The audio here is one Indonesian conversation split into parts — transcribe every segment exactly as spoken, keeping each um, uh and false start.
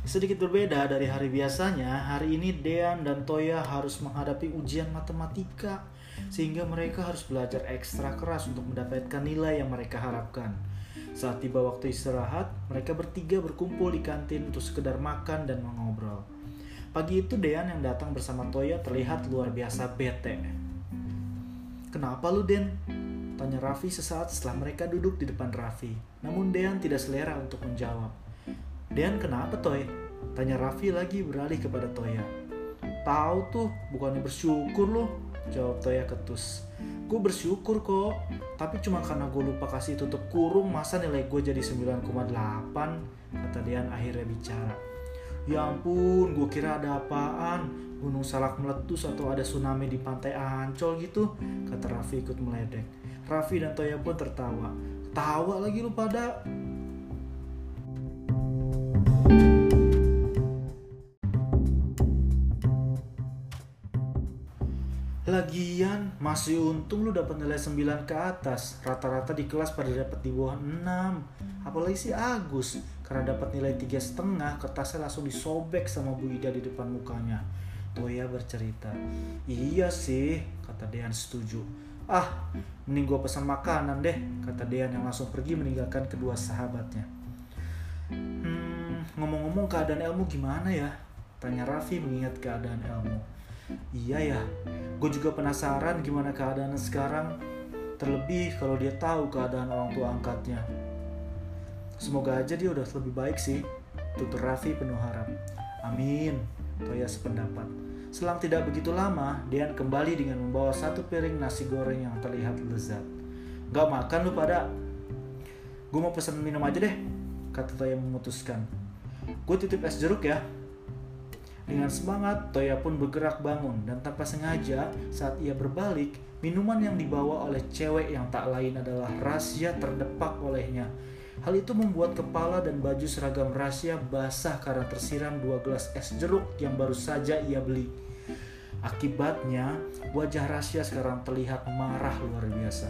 Sedikit berbeda dari hari biasanya, hari ini Dean dan Toya harus menghadapi ujian matematika, sehingga mereka harus belajar ekstra keras untuk mendapatkan nilai yang mereka harapkan. Saat tiba waktu istirahat, mereka bertiga berkumpul di kantin untuk sekedar makan dan mengobrol. Pagi itu Dean yang datang bersama Toya terlihat luar biasa bete. "Kenapa lu, Den?" tanya Raffi sesaat setelah mereka duduk di depan Raffi. Namun Dean tidak selera untuk menjawab. "Dean, kenapa, Toy?" tanya Raffi lagi beralih kepada Toya. "Tahu tuh, bukannya bersyukur lo," jawab Toya ketus. "Gue bersyukur kok, tapi cuma karena gue lupa kasih tutup kurung, masa nilai gue jadi sembilan koma delapan, kata Dean akhirnya bicara. "Ya ampun, gue kira ada apaan, gunung salak meletus atau ada tsunami di pantai Ancol gitu," kata Raffi ikut meledek. Raffi dan Toya pun tertawa. "Tawa lagi lu pada." "Lagian masih untung lu dapat nilai sembilan ke atas. Rata-rata di kelas pada dapat di bawah enam. Apalagi si Agus, karena dapat nilai tiga setengah, kertasnya langsung disobek sama Bu Ida di depan mukanya," Toya bercerita. "Iya sih," kata Dean setuju. "Ah, mending gue pesan makanan deh," kata Dean yang langsung pergi meninggalkan kedua sahabatnya. Hmm, ngomong-ngomong keadaan Elmo gimana ya?" tanya Raffi mengingat keadaan Elmo. "Iya ya, gue juga penasaran gimana keadaannya sekarang. Terlebih kalau dia tahu keadaan orang tua angkatnya." "Semoga aja dia udah lebih baik sih," tutur Raffi penuh harap. "Amin," Toya sependapat. Selang tidak begitu lama, Dean kembali dengan membawa satu piring nasi goreng yang terlihat lezat. "Gak makan lu pada?" "Gue mau pesan minum aja deh," kata Toya memutuskan. "Gue titip es jeruk ya." Dengan semangat, Toya pun bergerak bangun dan tanpa sengaja saat ia berbalik, minuman yang dibawa oleh cewek yang tak lain adalah Rasya terdepak olehnya. Hal itu membuat kepala dan baju seragam Rasya basah karena tersiram dua gelas es jeruk yang baru saja ia beli. Akibatnya, wajah Rasya sekarang terlihat marah luar biasa.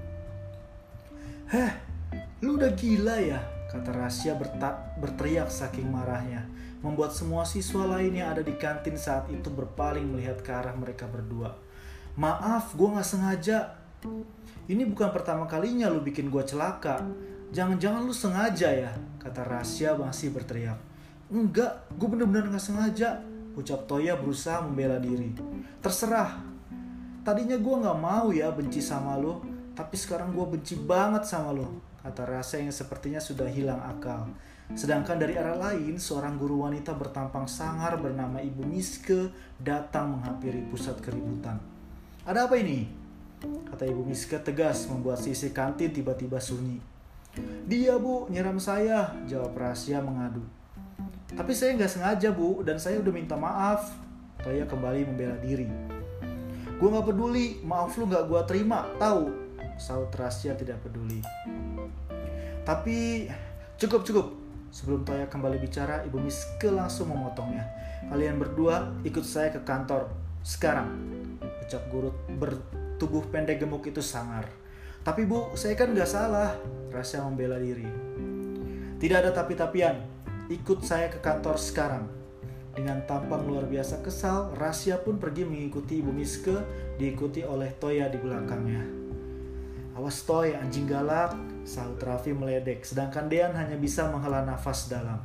"Heh, lu udah gila ya?" kata Rasya berta- berteriak saking marahnya, membuat semua siswa lain yang ada di kantin saat itu berpaling melihat ke arah mereka berdua. "Maaf, gue gak sengaja." "Ini bukan pertama kalinya lu bikin gue celaka. Jangan-jangan lu sengaja ya?" kata Rasya masih berteriak. "Enggak, gue bener-bener gak sengaja," ucap Toya berusaha membela diri. "Terserah. Tadinya gue gak mau ya benci sama lu, tapi sekarang gue benci banget sama lu," kata Rasya yang sepertinya sudah hilang akal. Sedangkan dari arah lain, seorang guru wanita bertampang sangar bernama Ibu Miske datang menghampiri pusat keributan. "Ada apa ini?" kata Ibu Miske tegas, membuat sisi kantin tiba-tiba sunyi. "Dia, Bu, nyiram saya," jawab Rasya mengadu. "Tapi saya nggak sengaja, Bu, dan saya udah minta maaf." Toya kembali membela diri. "Gue nggak peduli, maaf lu nggak gue terima, tahu?" saut Rasya tidak peduli. "Tapi cukup cukup." Sebelum Toya kembali bicara, Ibu Miske langsung memotongnya. "Kalian berdua ikut saya ke kantor sekarang," ucap guru bertubuh pendek gemuk itu sangar. "Tapi Bu, saya kan gak salah," Rasya membela diri. "Tidak ada tapi-tapian, ikut saya ke kantor sekarang." Dengan tampang luar biasa kesal, Rasya pun pergi mengikuti Ibu Miske, diikuti oleh Toya di belakangnya. "Awas Toy, anjing galak," sahut Raffi meledek, sedangkan Dean hanya bisa menghela nafas dalam.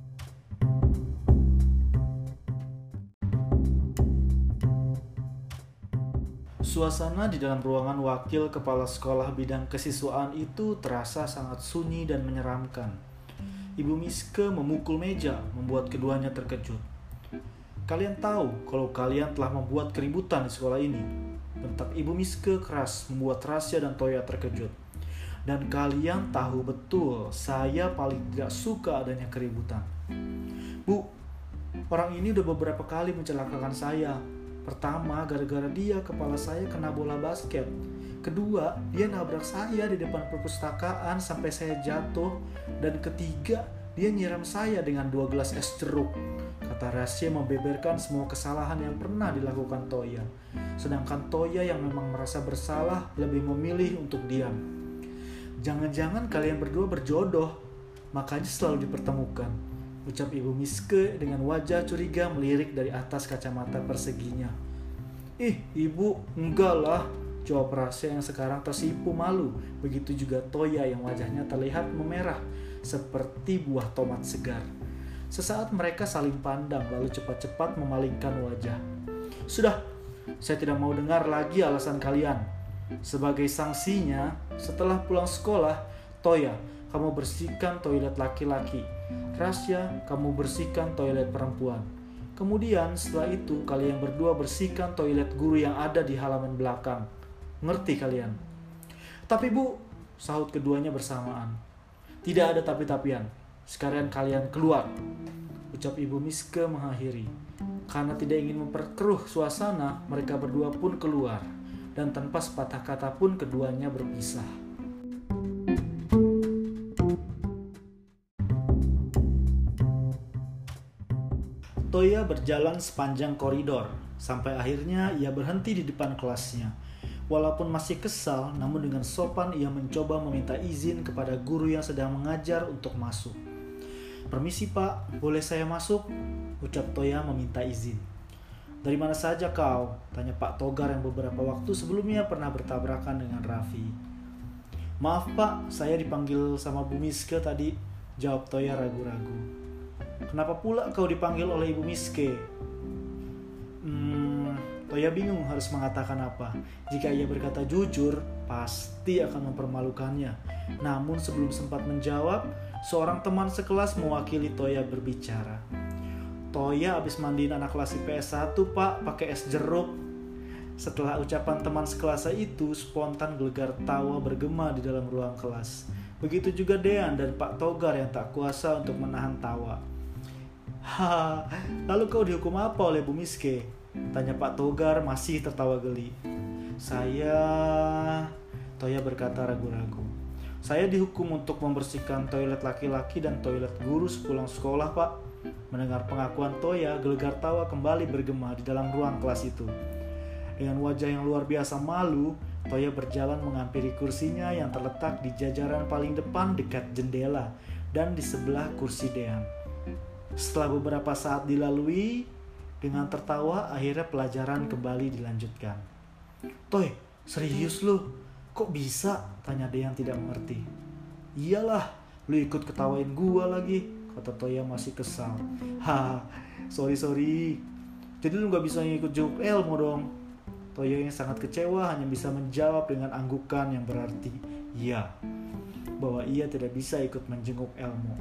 Suasana di dalam ruangan wakil kepala sekolah bidang kesiswaan itu terasa sangat sunyi dan menyeramkan. Ibu Miske memukul meja, membuat keduanya terkejut. "Kalian tahu kalau kalian telah membuat keributan di sekolah ini?" bentak Ibu Miske keras, membuat Rasya dan Toya terkejut. "Dan kalian tahu betul saya paling tidak suka adanya keributan." "Bu, orang ini udah beberapa kali mencelakakan saya. Pertama, gara-gara dia kepala saya kena bola basket. Kedua, dia nabrak saya di depan perpustakaan sampai saya jatuh. Dan ketiga, dia nyiram saya dengan dua gelas es jeruk," kata Rasya membeberkan semua kesalahan yang pernah dilakukan Toya. Sedangkan Toya yang memang merasa bersalah lebih memilih untuk diam. "Jangan-jangan kalian berdua berjodoh, makanya selalu dipertemukan," ucap Ibu Miske dengan wajah curiga melirik dari atas kacamata perseginya. Ih, Ibu, enggak lah, jawab Rasya yang sekarang tersipu malu. Begitu juga Toya yang wajahnya terlihat memerah seperti buah tomat segar. Sesaat mereka saling pandang lalu cepat-cepat memalingkan wajah. Sudah, saya tidak mau dengar lagi alasan kalian. Sebagai sanksinya, setelah pulang sekolah, Toya, kamu bersihkan toilet laki-laki. Rasya, kamu bersihkan toilet perempuan. Kemudian setelah itu kalian berdua bersihkan toilet guru yang ada di halaman belakang. Ngerti kalian? Tapi Bu, sahut keduanya bersamaan. Tidak ada tapi-tapian. Sekalian kalian keluar, ucap Ibu Miske mengakhiri. Karena tidak ingin memperkeruh suasana, mereka berdua pun keluar. Dan tanpa sepatah kata pun keduanya berpisah. Toya berjalan sepanjang koridor, sampai akhirnya ia berhenti di depan kelasnya. Walaupun masih kesal, namun dengan sopan ia mencoba meminta izin kepada guru yang sedang mengajar untuk masuk. Permisi Pak, boleh saya masuk? Ucap Toya meminta izin. Dari mana saja kau? Tanya Pak Togar yang beberapa waktu sebelumnya pernah bertabrakan dengan Raffi. Maaf Pak, saya dipanggil sama Bu Miske tadi, jawab Toya ragu-ragu. Kenapa pula kau dipanggil oleh Ibu Miske? Hmm, Toya bingung harus mengatakan apa. Jika ia berkata jujur, pasti akan mempermalukannya. Namun sebelum sempat menjawab, seorang teman sekelas mewakili Toya berbicara. Toya habis mandiin anak kelas I P S satu Pak, pakai es jeruk. Setelah ucapan teman sekelas itu, spontan gelegar tawa bergema di dalam ruang kelas. Begitu juga Dean dan Pak Togar yang tak kuasa untuk menahan tawa. Haha, lalu kau dihukum apa oleh Bu Miske? Tanya Pak Togar masih tertawa geli. Saya... Toya berkata ragu-ragu. Saya dihukum untuk membersihkan toilet laki-laki dan toilet guru sepulang sekolah Pak. Mendengar pengakuan Toya, gelegar tawa kembali bergema di dalam ruang kelas itu. Dengan wajah yang luar biasa malu, Toya berjalan menghampiri kursinya yang terletak di jajaran paling depan dekat jendela dan di sebelah kursi Dean. Setelah beberapa saat dilalui, dengan tertawa akhirnya pelajaran kembali dilanjutkan. Toy, serius lu? Kok bisa? Tanya Dean tidak mengerti. Iyalah, lu ikut ketawain gua lagi, kata Toya masih kesal. Haha, sorry sorry. Jadi lu gak bisa ngikut jenguk Elmo dong. Toya yang sangat kecewa hanya bisa menjawab dengan anggukan yang berarti iya, bahwa ia tidak bisa ikut menjenguk Elmo.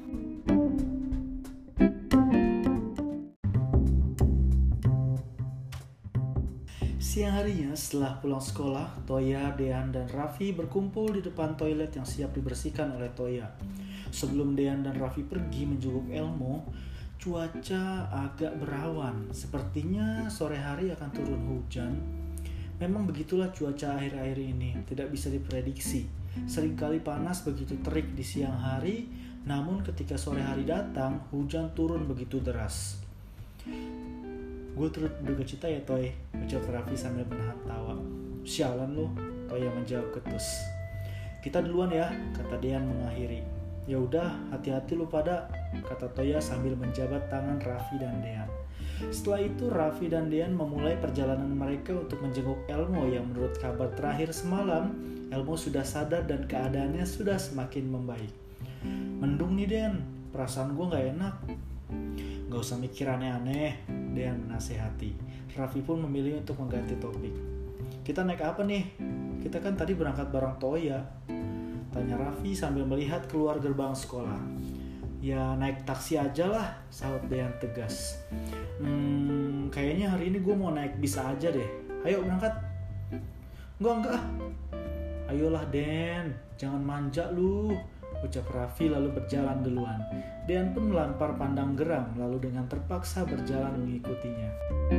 Siang harinya setelah pulang sekolah, Toya, Dean, dan Raffi berkumpul di depan toilet yang siap dibersihkan oleh Toya. Sebelum Dean dan Raffi pergi menjenguk Elmo, cuaca agak berawan. Sepertinya sore hari akan turun hujan. Memang begitulah cuaca akhir-akhir ini, tidak bisa diprediksi. Seringkali panas begitu terik di siang hari, namun ketika sore hari datang, hujan turun begitu deras. Gue turut berduka cita ya Toy, ucap Raffi sambil menahan tawa. Sialan lo, Toya menjawab ketus. Kita duluan ya, kata Dean mengakhiri. Ya udah, hati-hati lu pada, kata Toya sambil menjabat tangan Raffi dan Dean. Setelah itu Raffi dan Dean memulai perjalanan mereka untuk menjenguk Elmo yang menurut kabar terakhir semalam, Elmo sudah sadar dan keadaannya sudah semakin membaik. Mendung nih Den, perasaan gue gak enak. Gak usah mikir aneh-aneh, Dean menasehati. Raffi pun memilih untuk mengganti topik. Kita naik apa nih? Kita kan tadi berangkat bareng Toya, tanya Raffi sambil melihat keluar gerbang sekolah. Ya naik taksi aja lah, sahut Dean tegas. Hmm, kayaknya hari ini gue mau naik bis aja deh. Ayo berangkat. Enggak, enggak. Ayolah Den, jangan manja lu, ucap Raffi lalu berjalan duluan. Dean pun melampar pandang geram lalu dengan terpaksa berjalan mengikutinya.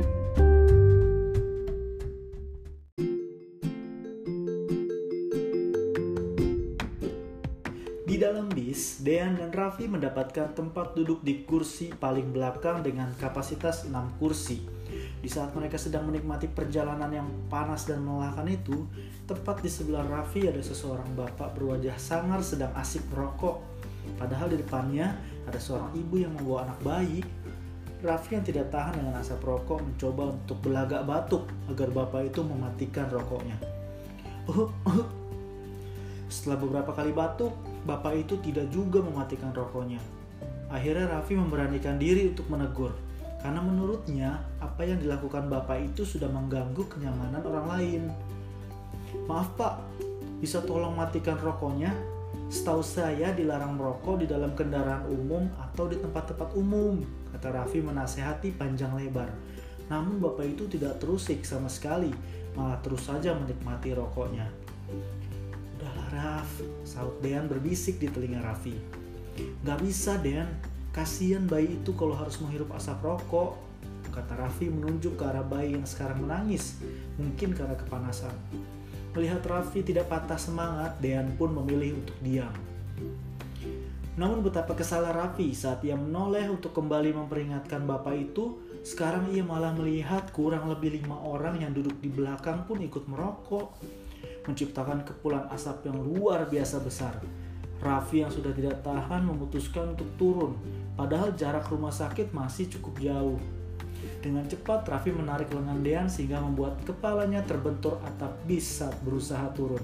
Di dalam bis, Dean dan Raffi mendapatkan tempat duduk di kursi paling belakang dengan kapasitas enam kursi. Di saat mereka sedang menikmati perjalanan yang panas dan melelahkan itu, tepat di sebelah Raffi ada seseorang bapak berwajah sangar sedang asik merokok. Padahal di depannya ada seorang ibu yang membawa anak bayi. Raffi yang tidak tahan dengan asap rokok mencoba untuk belagak batuk agar bapak itu mematikan rokoknya. Uh, uh. Setelah beberapa kali batuk, bapak itu tidak juga mematikan rokoknya. Akhirnya Raffi memberanikan diri untuk menegur, karena menurutnya apa yang dilakukan bapak itu sudah mengganggu kenyamanan orang lain. Maaf pak, bisa tolong matikan rokoknya? Setahu saya dilarang merokok di dalam kendaraan umum atau di tempat-tempat umum, kata Raffi menasehati panjang lebar. Namun bapak itu tidak terusik sama sekali, malah terus saja menikmati rokoknya. Udahlah Raff, saut Dean berbisik di telinga Raffi. Gak bisa Den, kasihan bayi itu kalau harus menghirup asap rokok, kata Raffi menunjuk ke arah bayi yang sekarang menangis, mungkin karena kepanasan. Melihat Raffi tidak patah semangat, Dean pun memilih untuk diam. Namun betapa kesal Raffi saat ia menoleh untuk kembali memperingatkan bapak itu, sekarang ia malah melihat kurang lebih lima orang yang duduk di belakang pun ikut merokok, menciptakan kepulan asap yang luar biasa besar. Raffi yang sudah tidak tahan memutuskan untuk turun, padahal jarak rumah sakit masih cukup jauh. Dengan cepat Raffi menarik lengan Dean sehingga membuat kepalanya terbentur atap bis saat berusaha turun.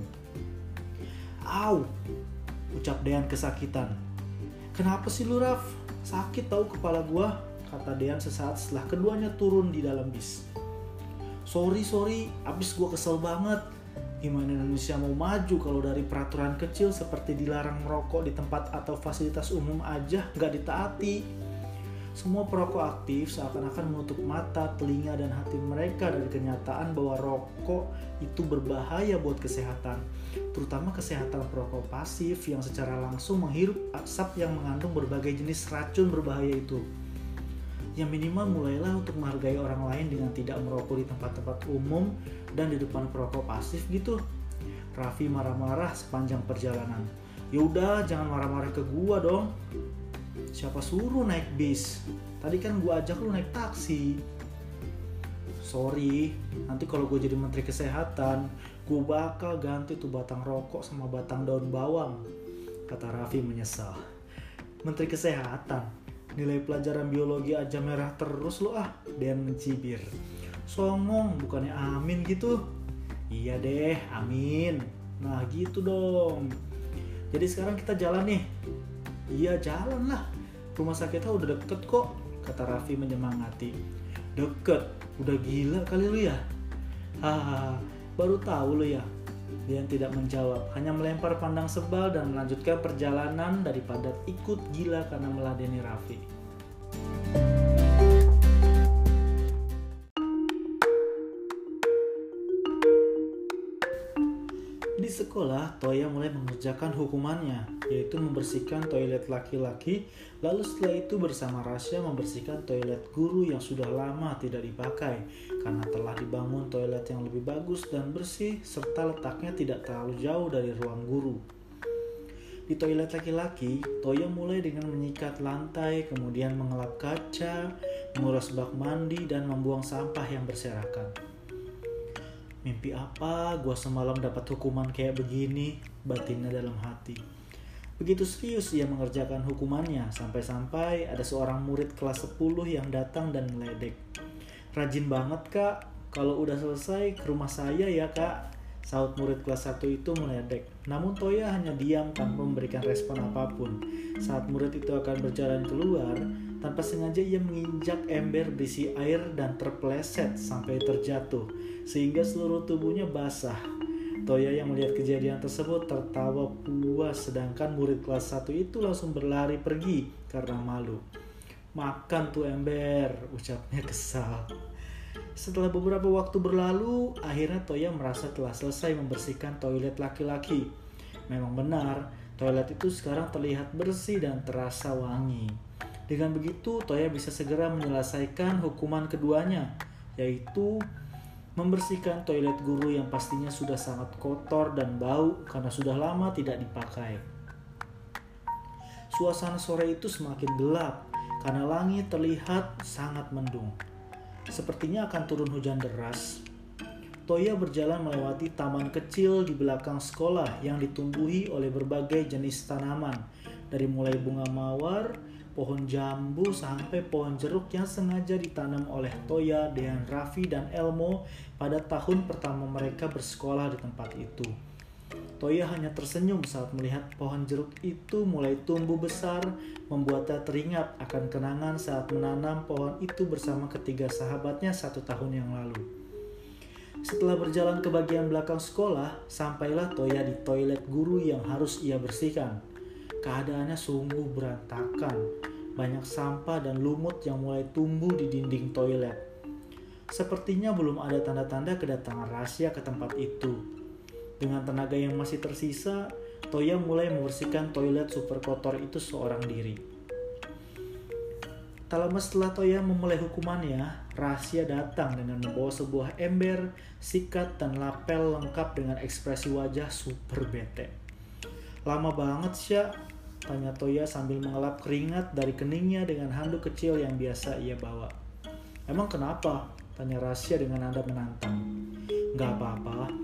Au, ucap Dean kesakitan. Kenapa sih lu Raff? Sakit tahu kepala gua, kata Dean sesaat setelah keduanya turun di dalam bis. Sorry sorry, abis gua kesel banget. Gimana Indonesia mau maju kalau dari peraturan kecil seperti dilarang merokok di tempat atau fasilitas umum aja nggak ditaati? Semua perokok aktif seakan-akan menutup mata, telinga, dan hati mereka dari kenyataan bahwa rokok itu berbahaya buat kesehatan, terutama kesehatan perokok pasif yang secara langsung menghirup asap yang mengandung berbagai jenis racun berbahaya itu. Ya minimal mulailah untuk menghargai orang lain dengan tidak merokok di tempat-tempat umum dan di depan perokok pasif gitu. Raffi marah-marah sepanjang perjalanan. Yaudah, jangan marah-marah ke gua dong. Siapa suruh naik bis? Tadi kan gua ajak lu naik taksi. Sorry, nanti kalau gue jadi menteri kesehatan, gue bakal ganti tuh batang rokok sama batang daun bawang, kata Raffi menyesal. Menteri kesehatan? Nilai pelajaran biologi aja merah terus lo ah, Dean mencibir. Songong, bukannya amin gitu. Iya deh, amin. Nah gitu dong. Jadi sekarang kita jalan nih. Iya jalan lah, rumah sakitnya udah deket kok, kata Raffi menyemangati. Deket? Udah gila kali lu ya? Hahaha, baru tahu lu ya. Dia tidak menjawab, hanya melempar pandang sebal dan melanjutkan perjalanan daripada ikut gila karena meladeni Raffi. Di sekolah, Toya mulai mengerjakan hukumannya, yaitu membersihkan toilet laki-laki, lalu setelah itu bersama Rasya membersihkan toilet guru yang sudah lama tidak dipakai, karena telah dibangun toilet yang lebih bagus dan bersih, serta letaknya tidak terlalu jauh dari ruang guru. Di toilet laki-laki, Toya mulai dengan menyikat lantai, kemudian mengelap kaca, menguras bak mandi, dan membuang sampah yang berserakan. Mimpi apa gua semalam dapat hukuman kayak begini, batinnya dalam hati. Begitu serius ia mengerjakan hukumannya, sampai-sampai ada seorang murid kelas sepuluh yang datang dan meledek. Rajin banget kak, kalau udah selesai ke rumah saya ya kak, saut murid kelas satu itu meledek. Namun Toya hanya diam tanpa memberikan respon apapun. Saat murid itu akan berjalan keluar, tanpa sengaja ia menginjak ember berisi air dan terpeleset sampai terjatuh, sehingga seluruh tubuhnya basah. Toya yang melihat kejadian tersebut tertawa puas, sedangkan murid kelas satu itu langsung berlari pergi karena malu. Makan tuh ember, ucapnya kesal. Setelah beberapa waktu berlalu, akhirnya Toya merasa telah selesai membersihkan toilet laki-laki. Memang benar, toilet itu sekarang terlihat bersih dan terasa wangi. Dengan begitu, Toya bisa segera menyelesaikan hukuman keduanya, yaitu membersihkan toilet guru yang pastinya sudah sangat kotor dan bau karena sudah lama tidak dipakai. Suasana sore itu semakin gelap karena langit terlihat sangat mendung. Sepertinya akan turun hujan deras. Toya berjalan melewati taman kecil di belakang sekolah yang ditumbuhi oleh berbagai jenis tanaman. Dari mulai bunga mawar, pohon jambu, sampai pohon jeruk yang sengaja ditanam oleh Toya dengan Raffi dan Elmo pada tahun pertama mereka bersekolah di tempat itu. Toya hanya tersenyum saat melihat pohon jeruk itu mulai tumbuh besar, membuatnya teringat akan kenangan saat menanam pohon itu bersama ketiga sahabatnya satu tahun yang lalu. Setelah berjalan ke bagian belakang sekolah, sampailah Toya di toilet guru yang harus ia bersihkan. Keadaannya sungguh berantakan, banyak sampah dan lumut yang mulai tumbuh di dinding toilet. Sepertinya belum ada tanda-tanda kedatangan rahasia ke tempat itu. Dengan tenaga yang masih tersisa, Toya mulai membersihkan toilet super kotor itu seorang diri. Tak lama setelah Toya memulai hukumannya, rahasia datang dengan membawa sebuah ember, sikat, dan lapel lengkap dengan ekspresi wajah super bete. "Lama banget, Sya?" tanya Toya sambil mengelap keringat dari keningnya dengan handuk kecil yang biasa ia bawa. "Emang kenapa?" tanya rahasia dengan nada menantang. "Gak apa-apa.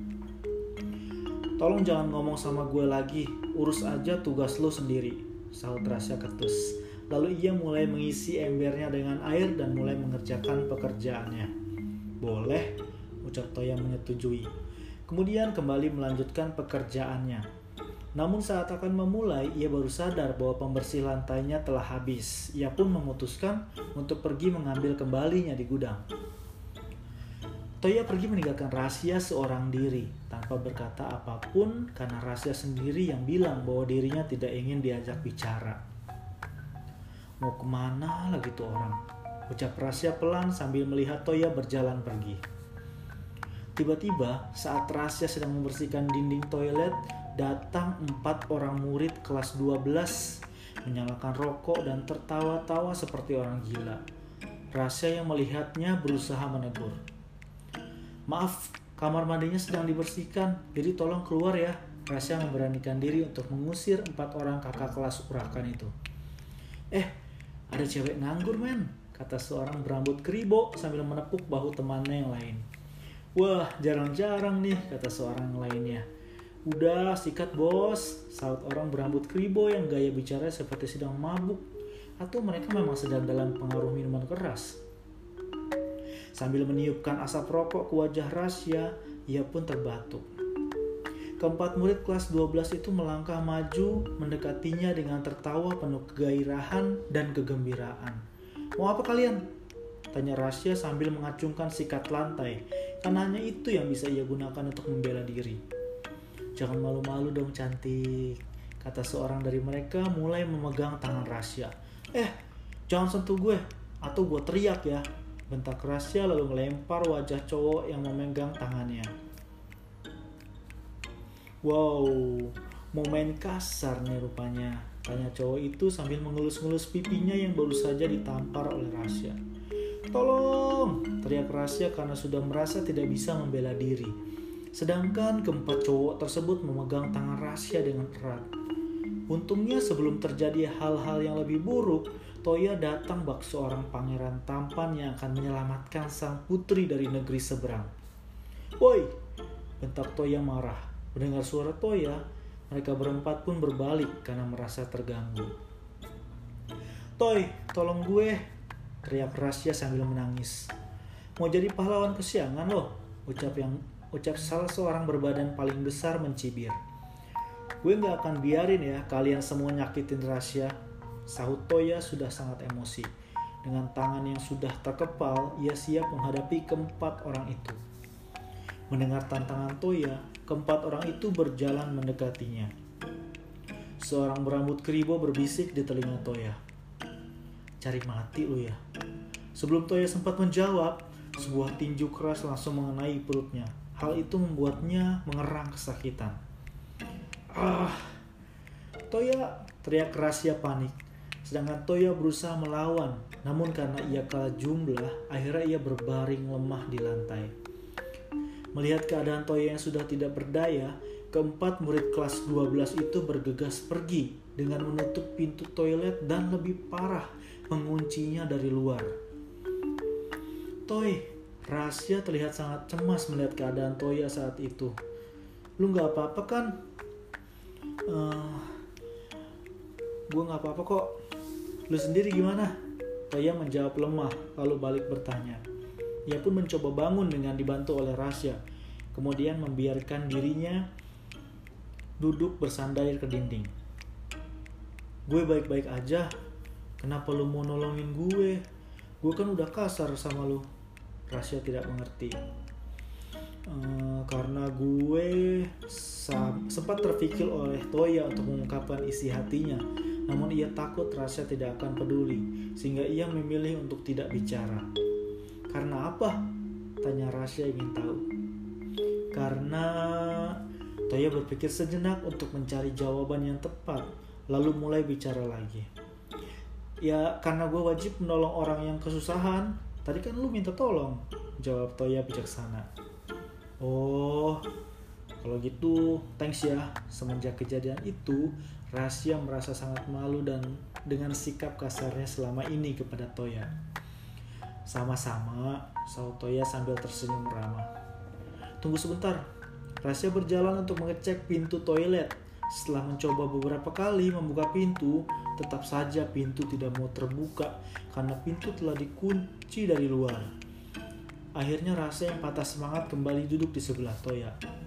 Tolong jangan ngomong sama gue lagi, urus aja tugas lo sendiri," sahut rahasia ketus. Lalu ia mulai mengisi embernya dengan air dan mulai mengerjakan pekerjaannya. "Boleh," ucap Toya menyetujui. Kemudian kembali melanjutkan pekerjaannya. Namun saat akan memulai, ia baru sadar bahwa pembersih lantainya telah habis. Ia pun memutuskan untuk pergi mengambil kembalinya di gudang. Toya pergi meninggalkan rahasia seorang diri, tanpa berkata apapun karena rahasia sendiri yang bilang bahwa dirinya tidak ingin diajak bicara. "Mau kemana lagi tuh orang?" ucap rahasia pelan sambil melihat Toya berjalan pergi. Tiba-tiba saat rahasia sedang membersihkan dinding toilet, datang empat orang murid kelas dua belas, menyalakan rokok dan tertawa-tawa seperti orang gila. Rahasia yang melihatnya berusaha menegur. "Maaf, kamar mandinya sedang dibersihkan, jadi tolong keluar ya." Rahasia memberanikan diri untuk mengusir empat orang kakak kelas urakan itu. "Eh, ada cewek nganggur men," kata seorang berambut keribo sambil menepuk bahu temannya yang lain. "Wah, jarang-jarang nih," kata seorang lainnya. "Udah, sikat bos," sahut orang berambut keribo yang gaya bicara seperti sedang mabuk, atau mereka memang sedang dalam pengaruh minuman keras. Sambil meniupkan asap rokok ke wajah rahasia, ia pun terbatuk. Keempat murid kelas dua belas itu melangkah maju mendekatinya dengan tertawa penuh kegairahan dan kegembiraan. "Mau apa kalian?" tanya rahasia sambil mengacungkan sikat lantai, karena hanya itu yang bisa ia gunakan untuk membela diri. "Jangan malu-malu dong cantik," kata seorang dari mereka mulai memegang tangan rahasia. "Eh, jangan sentuh gue, atau gue teriak ya," bentak rahasia lalu melempar wajah cowok yang memegang tangannya. "Wow, mau main kasar nih rupanya," tanya cowok itu sambil mengelus-ngelus pipinya yang baru saja ditampar oleh rahasia. "Tolong!" teriak rahasia karena sudah merasa tidak bisa membela diri. Sedangkan keempat cowok tersebut memegang tangan rahasia dengan erat. Untungnya sebelum terjadi hal-hal yang lebih buruk, Toya datang bak seorang pangeran tampan yang akan menyelamatkan sang putri dari negeri seberang. "Woi!" bentak Toya marah. Mendengar suara Toya, mereka berempat pun berbalik karena merasa terganggu. "Toy, tolong gue!" teriak rahasia sambil menangis. "Mau jadi pahlawan kesiangan loh," ucap yang ucap salah seorang berbadan paling besar mencibir. "Gue gak akan biarin ya kalian semua nyakitin rahasia," sahut Toya sudah sangat emosi. Dengan tangan yang sudah terkepal, ia siap menghadapi keempat orang itu. Mendengar tantangan Toya, keempat orang itu berjalan mendekatinya. Seorang berambut keribo berbisik di telinga Toya. "Cari mati lu ya." Sebelum Toya sempat menjawab, sebuah tinju keras langsung mengenai perutnya. Hal itu membuatnya mengerang kesakitan. "Ah!" Toya teriak rahasia panik. Sedangkan Toya berusaha melawan, namun karena ia kalah jumlah, akhirnya ia berbaring lemah di lantai. Melihat keadaan Toya yang sudah tidak berdaya, keempat murid kelas dua belas itu bergegas pergi dengan menutup pintu toilet dan lebih parah, menguncinya dari luar. "Toy," rahasia terlihat sangat cemas melihat keadaan Toya saat itu. "Lu gak apa-apa kan?" Uh, Gue gak apa-apa kok. Lu sendiri gimana? Toya menjawab lemah, lalu balik bertanya. Ia pun mencoba bangun dengan dibantu oleh Rasya. Kemudian membiarkan dirinya duduk bersandar ke dinding. Gue baik-baik aja. Kenapa lu mau nolongin gue? Gue kan udah kasar sama lu. Rasya tidak mengerti. Uh, karena gue sam- sempat terpikir oleh Toya untuk mengungkapkan isi hatinya. Namun ia takut Rasya tidak akan peduli, sehingga ia memilih untuk tidak bicara. Karena apa? Tanya Rasya ingin tahu. Karena Toya berpikir sejenak untuk mencari jawaban yang tepat, lalu mulai bicara lagi. Ya karena gue wajib menolong orang yang kesusahan. Tadi kan lu minta tolong, jawab Toya bijaksana. Oh, kalau gitu thanks ya. Semenjak kejadian itu, Rasya merasa sangat malu dan dengan sikap kasarnya selama ini kepada Toya. Sama-sama, sahut Toya sambil tersenyum ramah. Tunggu sebentar. Rasya berjalan untuk mengecek pintu toilet. Setelah mencoba beberapa kali membuka pintu, tetap saja pintu tidak mau terbuka karena pintu telah dikunci dari luar. Akhirnya Rasya yang patah semangat kembali duduk di sebelah Toya.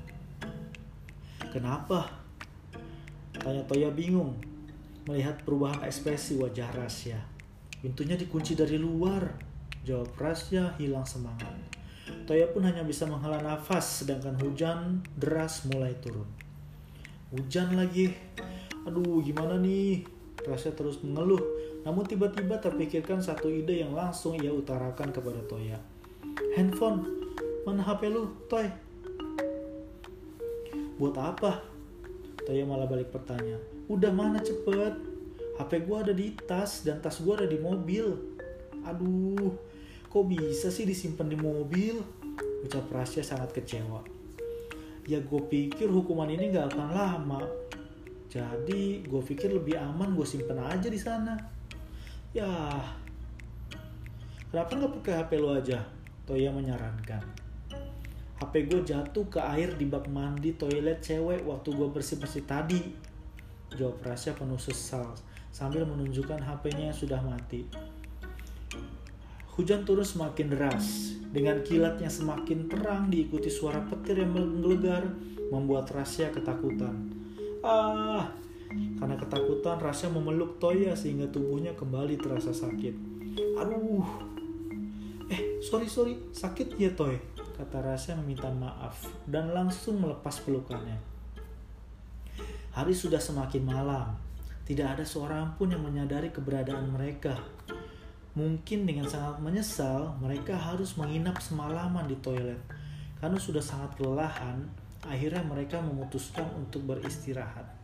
Kenapa? Tanya Toya bingung melihat perubahan ekspresi wajah Rasya. Pintunya dikunci dari luar, jawab Rasya hilang semangat. Toya pun hanya bisa menghela nafas sedangkan hujan deras mulai turun. Hujan lagi. Aduh, gimana nih? Rasya terus mengeluh. Namun tiba-tiba terpikirkan satu ide yang langsung ia utarakan kepada Toya. Handphone, mana H P lu, Toy? Buat apa? Toya malah balik bertanya. Udah mana cepet? H P gua ada di tas dan tas gua ada di mobil. Aduh, kok bisa sih disimpan di mobil? Ucap Rasya sangat kecewa. Ya gue pikir hukuman ini gak akan lama. Jadi gue pikir lebih aman gue simpen aja di sana. Ya, kenapa gak pakai H P lo aja? Toya menyarankan. H P gue jatuh ke air di bak mandi toilet cewek waktu gue bersih-bersih tadi, jawab Rasya penuh sesal sambil menunjukkan H P-nya yang sudah mati. Hujan turun semakin deras, dengan kilat yang semakin terang diikuti suara petir yang menggelegar, membuat Rasya ketakutan. Ah, karena ketakutan Rasya memeluk Toya sehingga tubuhnya kembali terasa sakit. Aduh, eh sorry sorry sakit ya Toy, kata Rasya meminta maaf dan langsung melepas pelukannya. Hari sudah semakin malam, tidak ada seorang pun yang menyadari keberadaan mereka. Mungkin dengan sangat menyesal, mereka harus menginap semalaman di toilet. Karena sudah sangat kelelahan, akhirnya mereka memutuskan untuk beristirahat.